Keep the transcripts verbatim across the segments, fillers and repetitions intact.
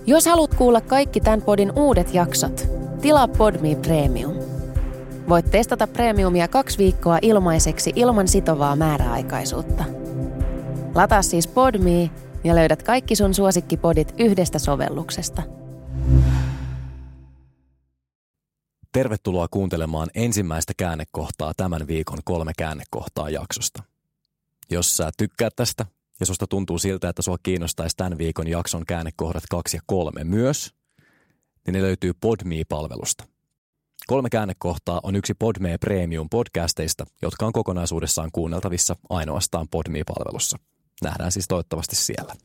Jos haluat kuulla kaikki tämän podin uudet jaksot, tilaa Podme Premium. Voit testata Premiumia kaksi viikkoa ilmaiseksi ilman sitovaa määräaikaisuutta. Lataa siis Podme ja löydät kaikki sun suosikkipodit yhdestä sovelluksesta. Tervetuloa kuuntelemaan ensimmäistä käännekohtaa tämän viikon kolme käännekohtaa jaksosta. Jos sä tykkäät tästä ja susta tuntuu siltä, että sua kiinnostaisi tämän viikon jakson käännekohdat kaksi ja kolme myös, niin ne löytyy Podme-palvelusta. Kolme käännekohtaa on yksi Podme Premium podcasteista, jotka on kokonaisuudessaan kuunneltavissa ainoastaan Podme-palvelussa. Nähdään siis toivottavasti siellä.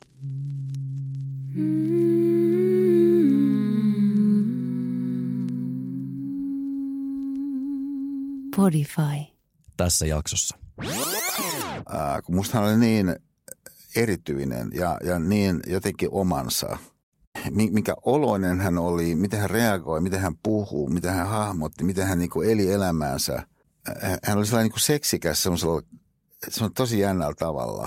Podify. Tässä jaksossa. Äh, kun mustahan oli niin erityinen ja, ja niin jotenkin omansa. Mikä oloinen hän oli, miten hän reagoi, miten hän puhuu, miten hän hahmotti, miten hän niin kuin eli elämäänsä. Hän oli sellainen niin kuin seksikäs semmoisella, semmoisella tosi jännällä tavalla.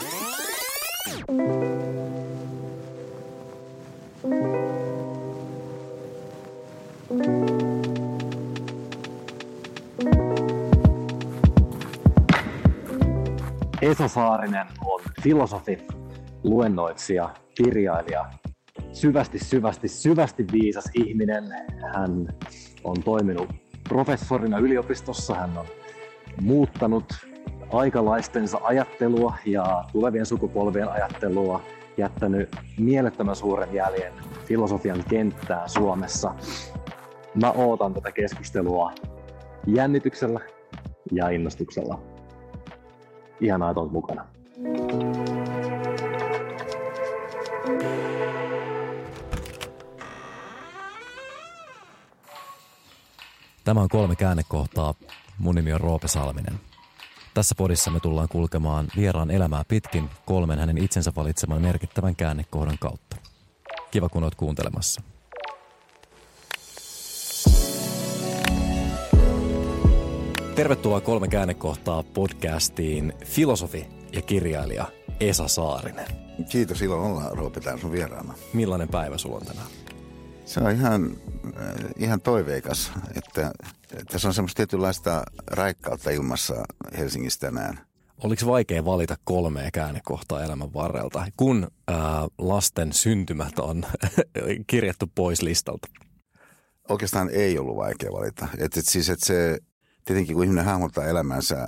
Esa Saarinen on filosofi, luennoitsija, kirjailija, syvästi, syvästi, syvästi viisas ihminen. Hän on toiminut professorina yliopistossa, hän on muuttanut aikalaistensa ajattelua ja tulevien sukupolvien ajattelua, jättänyt mielettömän suuren jäljen filosofian kenttään Suomessa. Mä ootan tätä keskustelua jännityksellä ja innostuksella. Ihanaa, että olet mukana. Tämä on kolme käännekohtaa. Mun nimi on Roope Salminen. Tässä podissa me tullaan kulkemaan vieraan elämää pitkin kolmen hänen itsensä valitseman merkittävän käännekohdan kautta. Kiva, kun oot kuuntelemassa. Tervetuloa kolme käännekohtaa podcastiin filosofi ja kirjailija Esa Saarinen. Kiitos, ilo olla Roope täällä sun vieraana. Millainen päivä sulla on tänään? Se on ihan, ihan toiveikas, että tässä on semmoista tietynlaista raikkautta ilmassa Helsingissä tänään. Oliko vaikea valita kolmea käännekohtaa elämän varrelta, kun ää, lasten syntymät on kirjattu pois listalta? Oikeastaan ei ollut vaikea valita. Et, et siis, että se, tietenkin kun ihminen hahmottaa elämänsä,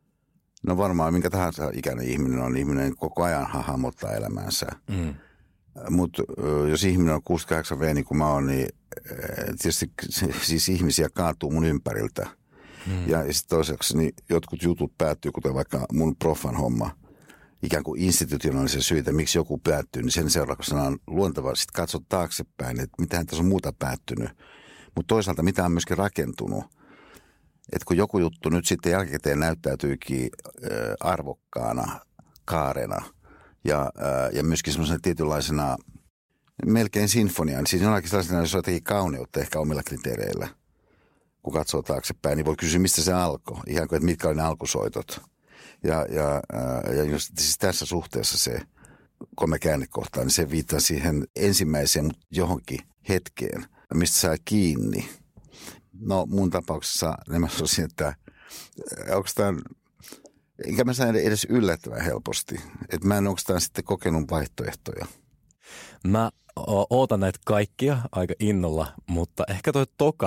no varmaan minkä tahansa ikäinen ihminen on, ihminen koko ajan hahmottaa elämänsä. Mm. Mutta jos ihminen on kuusikymmentäkahdeksan vuotias niin kuin mä oon, niin tietysti siis ihmisiä kaatuu mun ympäriltä. Mm. Ja sitten toiseksi niin jotkut jutut päättyy, kuten vaikka mun profan homma, ikään kuin institutionaalisen syitä, miksi joku päättyy, niin sen seurauksena on luontevaa sitten katsoa taaksepäin, että mitähän tässä on muuta päättynyt. Mutta toisaalta mitä on myöskin rakentunut. Että kun joku juttu nyt sitten jälkikäteen näyttäytyykin arvokkaana, kaarena ja, ja myöskin semmoisena tietynlaisena melkein sinfoniaan, siis jonakin sellaisena, jos on jotenkin kauneutta ehkä omilla kriteereillä. Kun katsoo taaksepäin, niin voi kysyä, mistä se alkoi. Ihan kuin, että mitkä oli ne alkusoitot. Ja, ja, ja just, siis tässä suhteessa se kolme käännekohtaa, niin se viittaa siihen ensimmäiseen johonkin hetkeen, mistä saa kiinni. No mun tapauksessa niin mä sanoisin, että oikeastaan, enkä mä sain edes yllättävän helposti. Että mä en oikeastaan sitten kokenut vaihtoehtoja. Mä ootan näitä kaikkia aika innolla, mutta ehkä toi toka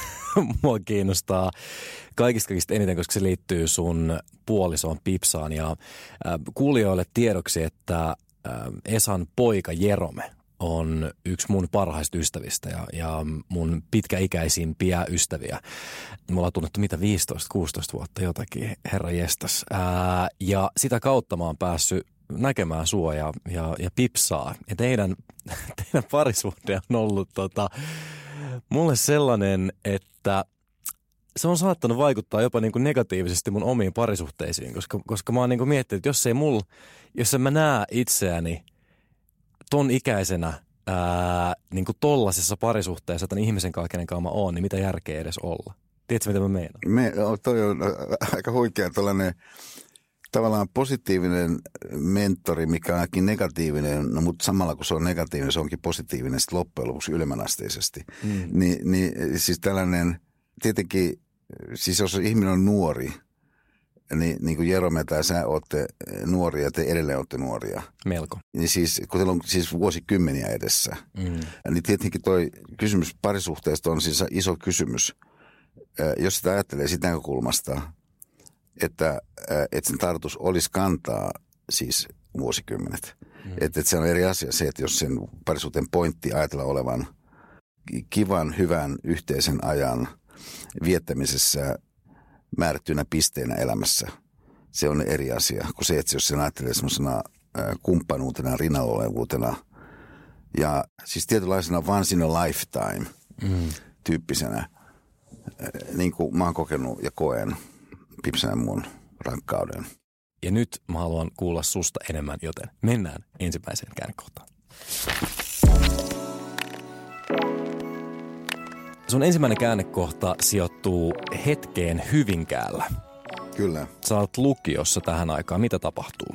mua kiinnostaa kaikista kaikista eniten, koska se liittyy sun puolisoon Pipsaan. Ja äh, kuulijoille tiedoksi, että äh, Esan poika Jerome on yksi mun parhaista ystävistä ja, ja mun pitkäikäisimpiä ystäviä. Me ollaan tunnettu mitä viisitoista kuusitoista vuotta jotakin, herra jestas. Ää, ja sitä kautta mä oon päässyt näkemään sua ja, ja, ja Pipsaa. Ja teidän, teidän parisuhde on ollut tota, mulle sellainen, että se on saattanut vaikuttaa jopa niin kuin negatiivisesti mun omiin parisuhteisiin, koska, koska mä oon niin kuin miettinyt, että jos ei mulla, jos en mä näe itseäni ton ikäisenä ää, niin kuin tollasessa parisuhteessa tämän ihmisen kanssa, kenen kanssa mä oon, niin mitä järkeä edes olla? Tiedätkö, mitä mä meinaan? Me, toi on aika huikea tällainen tavallaan positiivinen mentori, mikä on ainakin negatiivinen, no, mutta samalla kun se on negatiivinen, se onkin positiivinen sitten loppujen lopuksi ylemmänasteisesti. Mm. Ni, niin siis tällainen, tietenkin, siis jos ihminen on nuori, niin, niin kuin Jerome tai sä ootte nuoria ja te edelleen ootte nuoria. Melko. Niin siis, kun teillä on siis vuosikymmeniä edessä, mm. niin tietenkin toi kysymys parisuhteesta on siis iso kysymys. Jos sitä ajattelee sitä näkökulmasta, että, että sen tarkoitus olisi kantaa siis vuosikymmenet. Mm. Että, että se on eri asia se, että jos sen parisuhteen pointti ajatella olevan kivan, hyvän yhteisen ajan viettämisessä määrättynä pisteenä elämässä. Se on eri asia kuin se, että jos sen ajattelee semmoisena kumppanuutena, rinnallaolevuutena ja siis tietynlaisena once in a lifetime mm. tyyppisenä, niin kuin mä oon kokenut ja koen Pipsan mun rakkauden. Ja nyt mä haluan kuulla susta enemmän, joten mennään ensimmäiseen käännekohtaan. Sun ensimmäinen käännekohta sijoittuu hetkeen Hyvinkäällä. Kyllä. Sä oot lukiossa tähän aikaan. Mitä tapahtuu?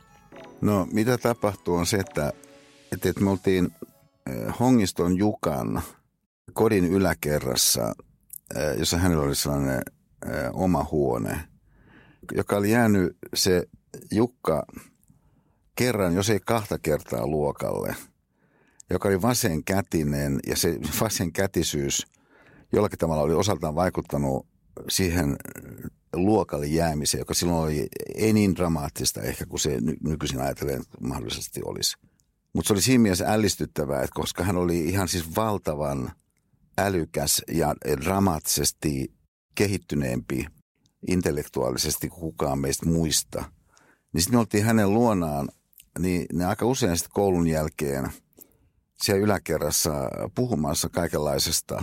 No, mitä tapahtuu on se, että, että, että me oltiin Hongiston Jukan kodin yläkerrassa, jossa hänellä oli sellainen oma huone, joka oli jäänyt se Jukka kerran, jos ei kahta kertaa luokalle, joka oli vasenkätinen ja se vasenkätisyys jollakin tavalla oli osaltaan vaikuttanut siihen luokalle jäämiseen, joka silloin oli ei niin dramaattista ehkä kuin se ny- nykyisin ajatellen mahdollisesti olisi. Mutta se oli siinä mielessä ällistyttävää, että koska hän oli ihan siis valtavan älykäs ja dramaattisesti kehittyneempi intellektuaalisesti kuin kukaan meistä muista, niin sitten me oltiin hänen luonaan, niin ne aika usein sitten koulun jälkeen siellä yläkerrassa puhumassa kaikenlaisesta.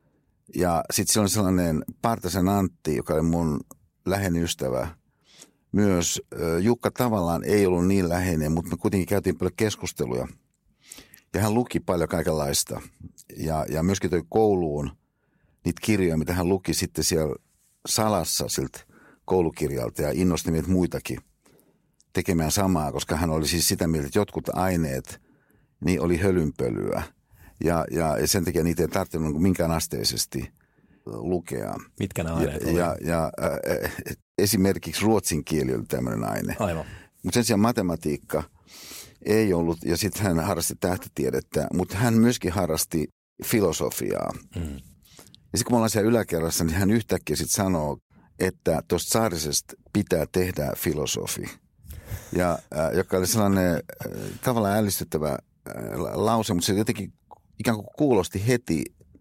Ja sitten siellä on sellainen Partasen Antti, joka oli mun läheinen ystävä. Myös Jukka tavallaan ei ollut niin läheinen, mutta me kuitenkin käytiin paljon keskusteluja. Ja hän luki paljon kaikenlaista. Ja, ja myöskin toi kouluun niitä kirjoja, mitä hän luki sitten siellä salassa siltä koulukirjalta ja innosti meitä muitakin tekemään samaa, koska hän oli siis sitä mieltä, että jotkut aineet niin oli hölynpölyä. Ja, ja sen takia niitä ei tarvinnut minkään asteisesti lukea. Mitkä nämä aineet ja, ja, ja äh, esimerkiksi ruotsin kieli oli tämmöinen aine. Aivan. Mutta sen sijaan matematiikka ei ollut, ja sitten hän harrasti tähtitiedettä, mutta hän myöskin harrasti filosofiaa. Mm. Ja sitten kun me ollaan siellä yläkerrassa, niin hän yhtäkkiä sitten sanoo, että tuosta Saarisesta pitää tehdä filosofi. Ja, äh, joka oli sellainen äh, tavallaan ällistyttävä äh, lause, mutta se jotenkin ikään kuin kuulosti heti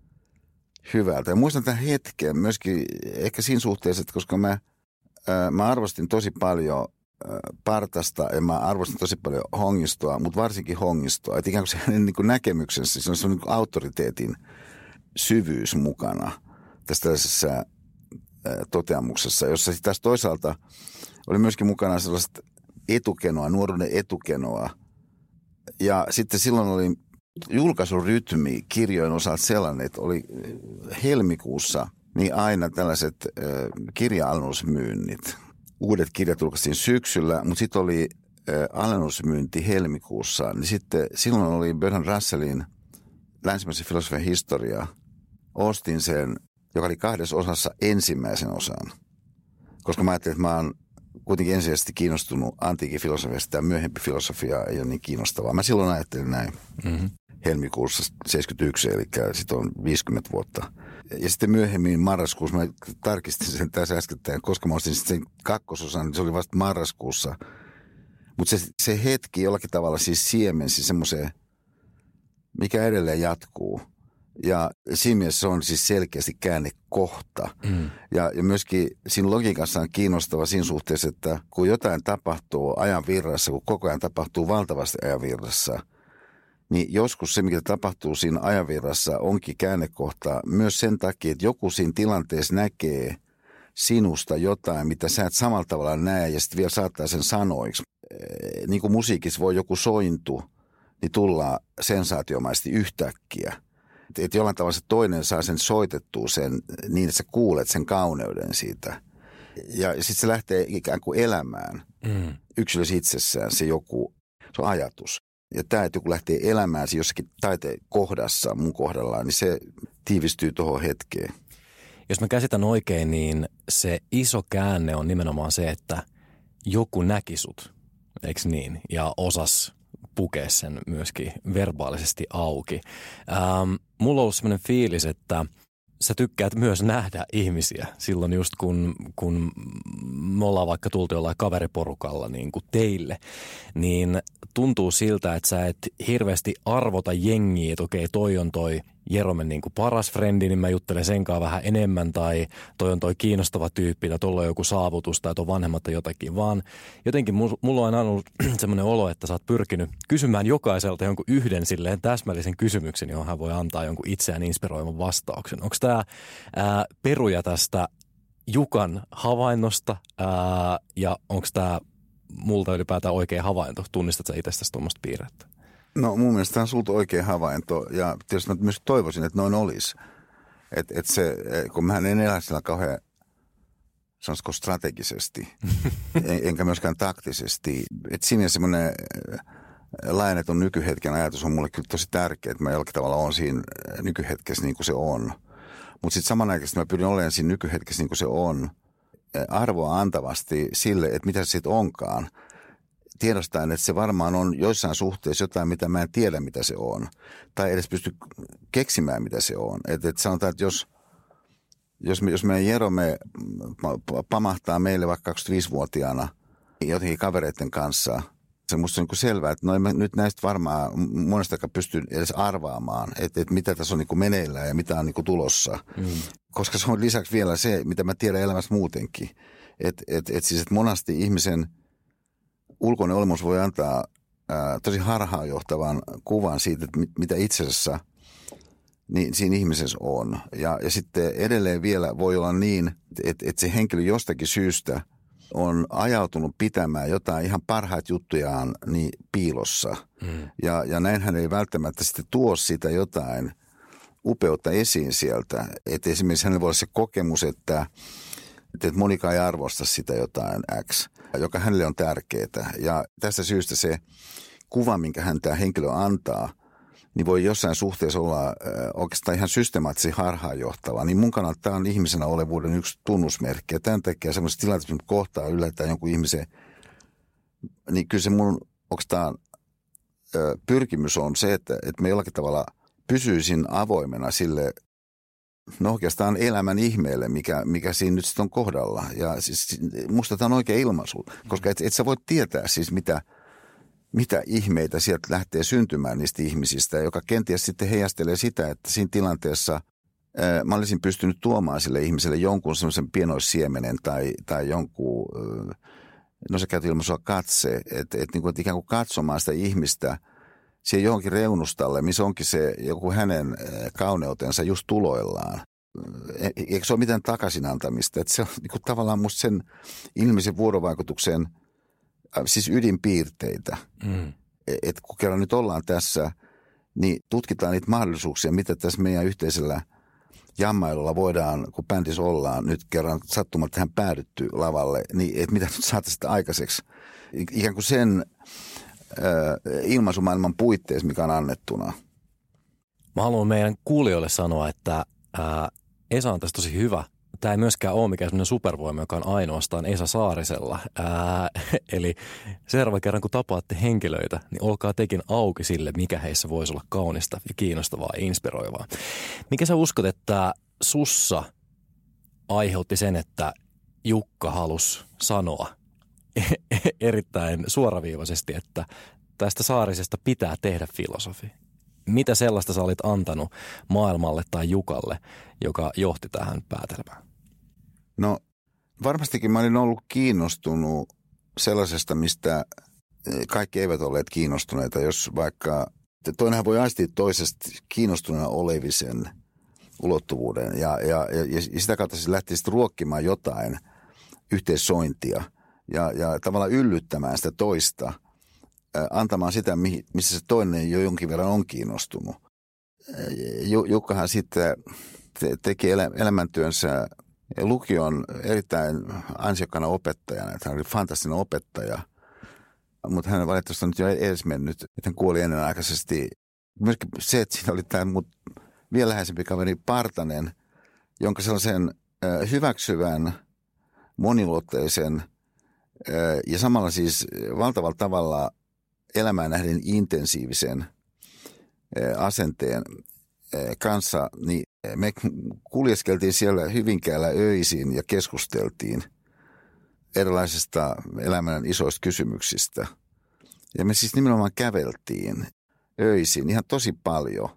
hyvältä. Ja muistan tämän hetken myöskin ehkä siinä suhteessa, että koska mä, ää, mä arvostin tosi paljon ää, Partasta ja mä arvostin tosi paljon Hongistoa, mutta varsinkin Hongistoa. Että ikään kuin se hänen niin kuin näkemyksensä, se on sellainen niin kuin autoriteetin syvyys mukana tässä tällaisessa ää, toteamuksessa, jossa sitten taas toisaalta oli myöskin mukana sellaista etukenoa, nuoruuden etukenoa. Ja sitten silloin oli julkaisurytmi kirjojen osalta sellainen, että oli helmikuussa niin aina tällaiset äh, kirja-alennusmyynnit. Uudet kirjat julkaistiin syksyllä, mutta sitten oli äh, alennusmyynti helmikuussa. Niin sitten silloin oli Bertrand Russellin länsimäisen filosofian historia. Ostin sen, joka oli kahdessa osassa ensimmäisen osan. Koska mä ajattelin, että mä oon kuitenkin ensisijaisesti kiinnostunut antiikin filosofiasta ja myöhempi filosofia ei ole niin kiinnostavaa. Mä silloin ajattelin näin. Mm-hmm. Helmikuussa seitsemänkymmentäyksi, eli sitten on viisikymmentä vuotta. Ja sitten myöhemmin marraskuussa, mä tarkistin sen tässä äskettäin, koska mä ostin sitten sen kakkososan, niin se oli vasta marraskuussa. Mutta se, se hetki jollakin tavalla siis siemensi semmoiseen, mikä edelleen jatkuu. Ja siinä mielessä se on siis selkeästi käännekohta. Mm. Ja, ja myöskin siinä logiikassa on kiinnostava siinä suhteessa, että kun jotain tapahtuu ajan virrassa, kun koko ajan tapahtuu valtavasti ajan virrassa, niin joskus se, mikä tapahtuu siinä ajanvirrassa, onkin käännekohta myös sen takia, että joku siinä tilanteessa näkee sinusta jotain, mitä sä et samalla tavalla näe, ja sitten vielä saattaa sen sanoiksi. Niin kuin musiikissa voi joku sointu, niin tullaan sensaatiomaisesti yhtäkkiä. Että jollain tavalla se toinen saa sen soitettua sen niin, että sä kuulet sen kauneuden siitä. Ja sitten se lähtee ikään kuin elämään mm. yksilössä itsessään se joku, se on ajatus. Ja tämä, että joku lähtee elämään jossakin taiteen kohdassa mun kohdallaan, niin se tiivistyy tuohon hetkeen. Jos mä käsitän oikein, niin se iso käänne on nimenomaan se, että joku näki sut, eikö niin? Ja osas pukea sen myöskin verbaalisesti auki. Ähm, mulla on ollut sellainen fiilis, että sä tykkäät myös nähdä ihmisiä silloin just kun, kun me ollaan vaikka tultu jollain kaveriporukalla niin kuin teille, niin tuntuu siltä, että sä et hirveästi arvota jengiä, että okei toi on toi Jeromen niin kuin paras frendi, niin mä juttelen senkaan vähän enemmän tai toi on toi kiinnostava tyyppi tai tuolla on joku saavutus tai tuon vanhemmat tai jotakin, vaan jotenkin mulla on aina ollut semmoinen olo, että sä oot pyrkinyt kysymään jokaiselta jonkun yhden silleen täsmällisen kysymyksen, johon hän voi antaa jonkun itseään inspiroivan vastauksen. Onko tämä peruja tästä Jukan havainnosta ää, ja onko tämä multa ylipäätään oikea havainto? Tunnistat sä itsestäsi tuommoista piirrettä? No mun mielestä tämä on sulta oikea havainto ja tietysti mä myös toivoisin, että noin olisi. Että et se, kun mä en elä sillä kauhean, sanoisiko strategisesti, en, enkä myöskään taktisesti. Että siinä semmoinen laajennetun nykyhetken ajatus on mulle kyllä tosi tärkeä, että mä jollakin tavalla on siinä nykyhetkessä niin kuin se on. Mutta sitten samanaikaisesti mä pyrin olemaan siinä nykyhetkessä niin kuin se on, arvoa antavasti sille, että mitä se sitten onkaan. Tiedostaen, että se varmaan on joissain suhteissa jotain, mitä mä en tiedä, mitä se on. Tai edes pysty keksimään, mitä se on. Että et sanotaan, että jos, jos, me, jos meidän Jerome pamahtaa meille vaikka kaksikymmentäviisivuotiaana jotenkin kavereiden kanssa, se musta on niin kuin selvää, että no en mä nyt näistä varmaan monestakaan pysty edes arvaamaan, että, että mitä tässä on niin kuin meneillään ja mitä on niin kuin tulossa. Mm. Koska se on lisäksi vielä se, mitä mä tiedän elämässä muutenkin. Että et, et siis, että monasti ihmisen ulkoinen olemus voi antaa ää, tosi harhaanjohtavan kuvan siitä, että mit, mitä itse asiassa niin siinä ihmisessä on. Ja, ja sitten edelleen vielä voi olla niin, että, että se henkilö jostakin syystä on ajautunut pitämään jotain ihan parhaat juttujaan niin piilossa. Mm. Ja, ja näin hän ei välttämättä sitten tuo sitä jotain upeutta esiin sieltä. Että esimerkiksi hänellä voi olla se kokemus, että, että Monika ei arvosta sitä jotain X, joka hänelle on tärkeää. Ja tästä syystä se kuva, minkä hän tämä henkilö antaa, niin voi jossain suhteessa olla äh, oikeastaan ihan systemaattisesti harhaanjohtava. Niin mun kannalta tämä on ihmisenä olevuuden yksi tunnusmerkki. Ja tämän takia semmoisessa tilanteessa, että kohtaa yllätään jonkun ihmisen, niin kyllä se mun oikeastaan äh, pyrkimys on se, että, että me jollakin tavalla pysyisin avoimena sille, no oikeastaan elämän ihmeelle, mikä, mikä siinä nyt sitten on kohdalla. Ja siis musta tämä on oikea ilmaisu, koska et, et sä voit tietää siis mitä, mitä ihmeitä sieltä lähtee syntymään niistä ihmisistä, joka kenties sitten heijastelee sitä, että siinä tilanteessa ää, mä olisin pystynyt tuomaan sille ihmiselle jonkun semmoisen pienoissiemenen tai, tai jonkun, no sä käyt ilmaisua katse, että et, niin et ikään kuin katsomaan sitä ihmistä siihen johonkin reunustalle, missä onkin se joku hänen kauneutensa just tuloillaan. Eikö se ole mitään takaisinantamista? Että se on niin kuin tavallaan musta sen ilmeisen vuorovaikutuksen siis ydinpiirteitä. Mm. Että kun kerran nyt ollaan tässä, niin tutkitaan niitä mahdollisuuksia, mitä tässä meidän yhteisellä jammailulla voidaan, kun bändissä ollaan, nyt kerran sattumalta tähän päädytty lavalle, niin että mitä nyt saataisiin sitä aikaiseksi. Ikään kuin sen ilmaisumaailman puitteissa, mikä on annettuna. Mä haluan meidän kuulijoille sanoa, että ää, Esa on tässä tosi hyvä. Tämä ei myöskään ole mikään sellainen supervoima, joka on ainoastaan Esa Saarisella. Ää, eli seuraavan kerran, kun tapaatte henkilöitä, niin olkaa tekin auki sille, mikä heissä voisi olla kaunista ja kiinnostavaa ja inspiroivaa. Mikä sä uskot, että sussa aiheutti sen, että Jukka halusi sanoa erittäin suoraviivaisesti, että tästä Saarisesta pitää tehdä filosofi. Mitä sellaista sä olit antanut maailmalle tai Jukalle, joka johti tähän päätelmään? No varmastikin mä olin ollut kiinnostunut sellaisesta, mistä kaikki eivät olleet kiinnostuneita. Jos vaikka toinenhan voi aistia toisesta kiinnostuneena olevisen ulottuvuuden ja, ja, ja sitä kautta se lähti sitten ruokkimaan jotain yhteissointia. Ja, ja tavallaan yllyttämään sitä toista, ää, antamaan sitä, missä se toinen jo jonkin verran on kiinnostunut. Jukkahan sitten te, teki elä, elämäntyönsä lukion erittäin ansiokkaana opettajana, että hän oli fantastinen opettaja, mutta hän valitettavasti on nyt jo edes mennyt, että hän kuoli ennenaikaisesti. Myöskin se, että siinä oli tämä mut vielä läheisempi kaveri Partanen, jonka sellaisen hyväksyvän, moniluotteisen ja samalla siis valtavalla tavalla elämään nähden intensiivisen asenteen kanssa, niin me kuljeskeltiin siellä Hyvinkäällä öisin ja keskusteltiin erilaisista elämän isoista kysymyksistä. Ja me siis nimenomaan käveltiin öisin ihan tosi paljon.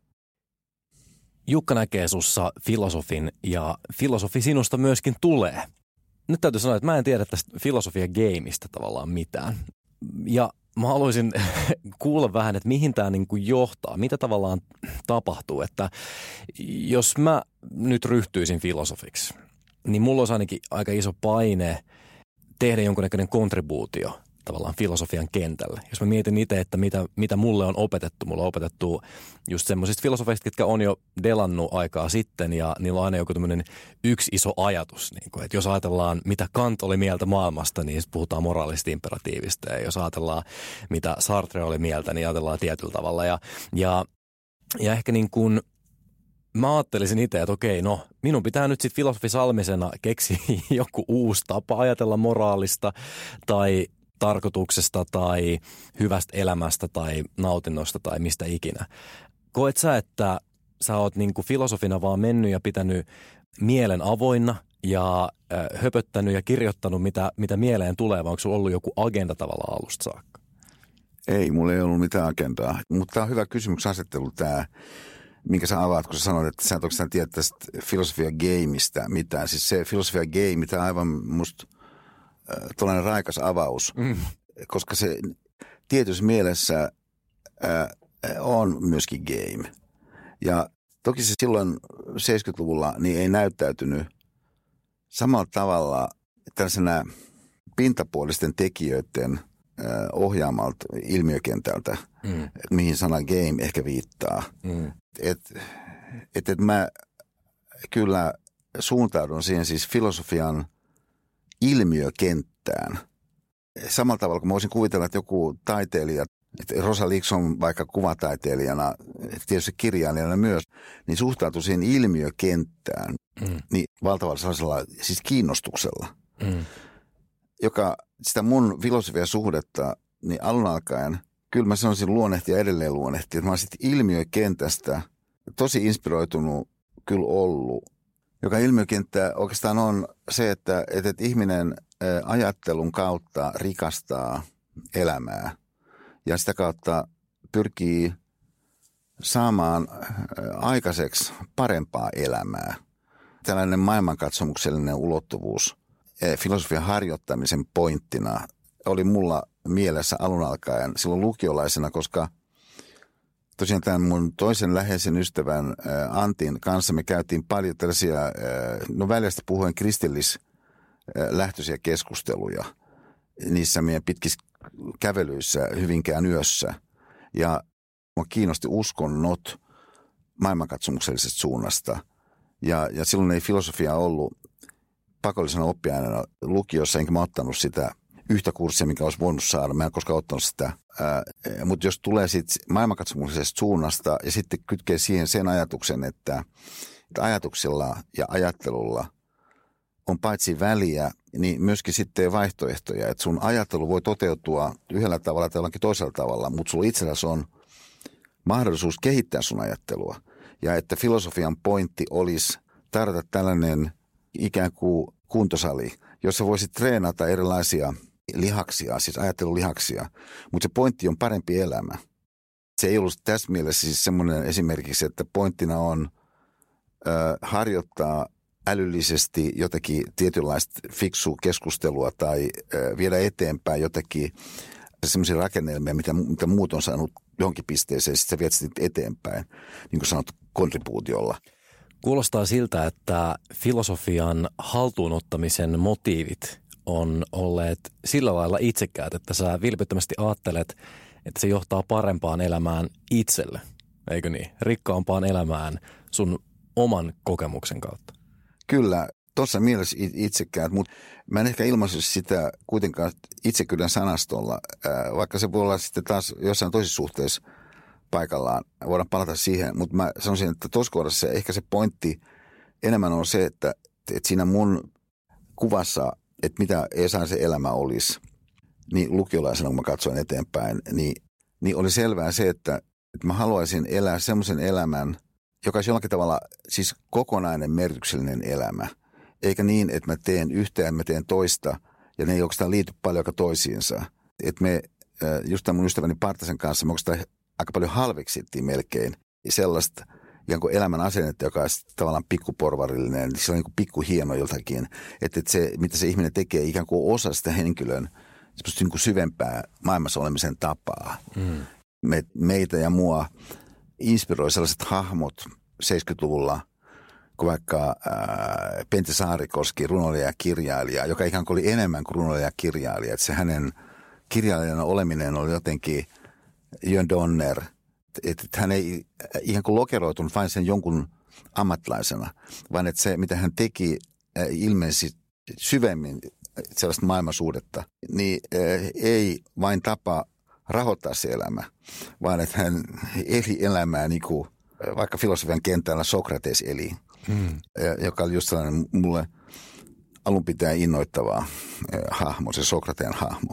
Jukka näkee sussa filosofin ja filosofi sinusta myöskin tulee. Nyt täytyy sanoa, että mä en tiedä tästä filosofia-gameista tavallaan mitään. Ja mä haluaisin kuulla vähän, että mihin tämä niinku johtaa, mitä tavallaan tapahtuu. Että jos mä nyt ryhtyisin filosofiksi, niin mulla olisi ainakin aika iso paine tehdä jonkunnäköinen kontribuutio tavallaan filosofian kentälle. Jos mä mietin itse, että mitä, mitä mulle on opetettu, mulla on opetettu just semmoisista filosofeista, jotka on jo delannut aikaa sitten ja niillä on aina joku tämmöinen yksi iso ajatus. Niin kuin, että jos ajatellaan, mitä Kant oli mieltä maailmasta, niin puhutaan moraalista imperatiivista. Ja jos ajatellaan, mitä Sartre oli mieltä, niin ajatellaan tietyllä tavalla. Ja, ja, ja ehkä niin kuin mä ajattelisin itse, että okei, no minun pitää nyt sitten filosofisalmisena keksiä joku uusi tapa ajatella moraalista tai tarkoituksesta tai hyvästä elämästä tai nautinnosta tai mistä ikinä. Koet sä, että sä oot niinku filosofina vaan mennyt ja pitänyt mielen avoinna ja äh, höpöttänyt ja kirjoittanut, mitä, mitä mieleen tulee, vai onko sulla ollut joku agenda tavallaan alusta saakka? Ei, mulla ei ollut mitään agendaa, mutta tämä on hyvä kysymyksen asettelu tämä, minkä sä avaat, kun sä sanoit, että sä et oikeastaan tiedä tästä filosofia-gameista mitään. Siis se filosofia-game, tämä on aivan musta tuollainen raikas avaus, mm. koska se tietyssä mielessä ää, on myöskin game. Ja toki se silloin seitsemänkymmentäluvulla niin ei näyttäytynyt samalla tavalla tällaisena pintapuolisten tekijöiden ää, ohjaamalta ilmiökentältä, mm. mihin sana game ehkä viittaa. Mm. Että et, et mä kyllä suuntaudun siihen siis filosofian ilmiökenttään. Samalla tavalla kuin mä voisin kuvitella, että joku taiteilija, että Rosa Liksom vaikka kuvataiteilijana, tietysti kirjailijana myös, niin suhtautuu siihen ilmiökenttään mm. niin valtavalla sellaisella siis kiinnostuksella, mm. joka sitä mun filosofian suhdetta, niin alun alkaen, kyllä mä sanoisin luonnehtia ja edelleen luonnehtia, että mä oon sitten ilmiökentästä tosi inspiroitunut kyllä ollut. Joka ilmiökenttä oikeastaan on se, että, että ihminen ajattelun kautta rikastaa elämää ja sitä kautta pyrkii saamaan aikaiseksi parempaa elämää. Tällainen maailmankatsomuksellinen ulottuvuus filosofian harjoittamisen pointtina oli mulla mielessä alun alkaen silloin lukiolaisena, koska tosiaan tämän mun toisen läheisen ystävän Antin kanssa me käytiin paljon tällaisia, no välistä puhuen kristillislähtöisiä keskusteluja niissä meidän pitkissä kävelyissä Hyvinkään yössä. Ja mua kiinnosti uskonnot maailmankatsomuksellisesta suunnasta. Ja, ja silloin ei filosofia ollut pakollisena oppiaineena lukiossa, enkä mä ottanut sitä yhtä kurssia, mikä olisi voinut saada. Mä en koskaan ottanut sitä. Ää, mutta jos tulee sitten maailmankatsomuksellisesta suunnasta ja sitten kytkee siihen sen ajatuksen, että, että ajatuksilla ja ajattelulla on paitsi väliä, niin myöskin sitten vaihtoehtoja. Että sun ajattelu voi toteutua yhdellä tavalla tai jollakin toisella tavalla, mutta sulla itselläsi on mahdollisuus kehittää sun ajattelua. Ja että filosofian pointti olisi tarjota tällainen ikään kuin kuntosali, jossa voisit treenata erilaisia lihaksia, siis ajattelulihaksia, mutta se pointti on parempi elämä. Se ei ollut tässä mielessä siis semmoinen esimerkiksi, että pointtina on ö, harjoittaa älyllisesti jotakin tietynlaista fiksua keskustelua tai ö, viedä eteenpäin jotakin semmoisia rakennelmia, mitä, mitä muut on saanut johonkin pisteeseen, ja sitten sä viet sitä eteenpäin, niin kuin sanot, kontribuutiolla. Kuulostaa siltä, että filosofian haltuunottamisen motiivit on olleet sillä lailla itsekkäät, että sä vilpittömästi ajattelet, että se johtaa parempaan elämään itselle, eikö niin? Rikkaampaan elämään sun oman kokemuksen kautta. Kyllä. tuossa mielessä itsekään, mutta mä en ehkä ilmaisu sitä kuitenkaan itsekyyden sanastolla, vaikka se voi olla sitten taas jossain toisessa suhteessa paikallaan. Voidaan palata siihen, mutta mä sanoisin, että tuossa kohdassa ehkä se pointti enemmän on se, että, että siinä mun kuvassa, että mitä Esan se elämä olisi, niin lukiolaisena kun mä katsoin eteenpäin, niin, niin oli selvää se, että, että mä haluaisin elää semmoisen elämän, joka olisi jollakin tavalla siis kokonainen merkityksellinen elämä. Eikä niin, että mä teen yhtä ja mä teen toista, ja ne ei oikeastaan liity paljon toisiinsa. Että me, just tämän mun ystäväni Partasen kanssa, me oikeastaan aika paljon halveksittiin melkein sellaista ikään kuin elämän asennetta, joka on tavallaan pikkuporvarillinen, se on niin kuin pikkuhieno joltakin. Että, että se, mitä se ihminen tekee, ikään kuin osa sitä henkilön niin kuin syvempää maailmassa olemisen tapaa. Mm. Me, meitä ja mua inspiroi sellaiset hahmot seitsemänkymmentäluvulla, kuin vaikka ää, Pentti Saarikoski, runoilija ja kirjailija, joka ikään kuin oli enemmän kuin runoilija ja kirjailija. Että se hänen kirjailijana oleminen oli jotenkin Jön Donner, että et hän ei ihan kuin lokeroitunut vain sen jonkun ammattilaisena, vaan että se, mitä hän teki, ää, ilmensi syvemmin sellaista maailmansuhdetta, niin ää, ei vain tapa rahoittaa se elämä, vaan että hän eli elämää niin kuin vaikka filosofian kentällä Sokrates eli, hmm. joka oli just sellainen mulle alun pitäen innoittava hahmo, se Sokrateen hahmo.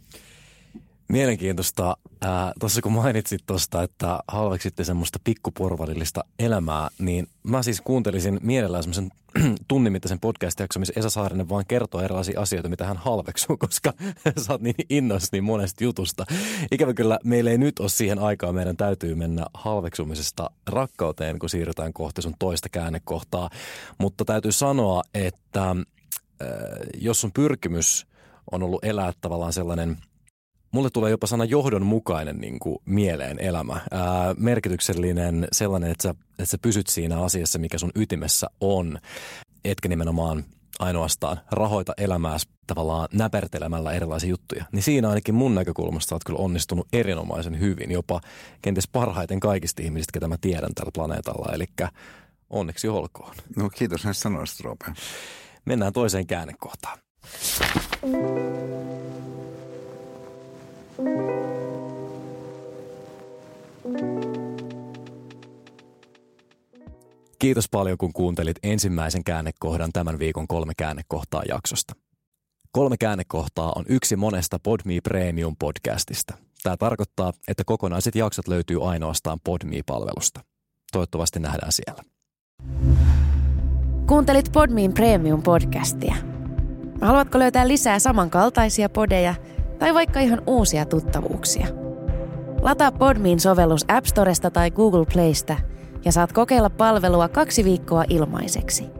Mielenkiintoista. Äh, Tuossa kun mainitsit tuosta, että halveksitte semmoista pikkuporvarillista elämää, niin mä siis kuuntelisin mielellään semmoisen tunnin mittaisen podcast-jakson, missä Esa Saarinen vaan kertoo erilaisia asioita, mitä hän halveksuu, koska sä oot niin innoissa niin monesta jutusta. Ikävä kyllä meillä ei nyt ole siihen aikaa, meidän täytyy mennä halveksumisesta rakkauteen, kun siirrytään kohti sun toista käännekohtaa. Mutta täytyy sanoa, että äh, jos sun pyrkimys on ollut elää tavallaan sellainen, mulle tulee jopa sana johdonmukainen niin kuin mieleen elämä. Ää, merkityksellinen sellainen, että sä, että sä pysyt siinä asiassa, mikä sun ytimessä on, etkä nimenomaan ainoastaan rahoita elämää tavallaan näpertelemällä erilaisia juttuja. Niin siinä ainakin mun näkökulmasta oot kyllä onnistunut erinomaisen hyvin, jopa kenties parhaiten kaikista ihmisistä, ketä mä tiedän tällä planeetalla. Eli onneksi olkoon. No kiitos näistä sanoista, Roope. Mennään toiseen käännekohtaan. Kiitos paljon, kun kuuntelit ensimmäisen käännekohdan tämän viikon kolme käännekohtaa jaksosta. Kolme käännekohtaa on yksi monesta Podme Premium podcastista. Tämä tarkoittaa, että kokonaiset jaksot löytyy ainoastaan Podme-palvelusta. Toivottavasti nähdään siellä. Kuuntelit Podme Premium podcastia. Haluatko löytää lisää samankaltaisia podeja tai vaikka ihan uusia tuttavuuksia? Lataa Podmen sovellus App Storesta tai Google Playsta ja saat kokeilla palvelua kaksi viikkoa ilmaiseksi.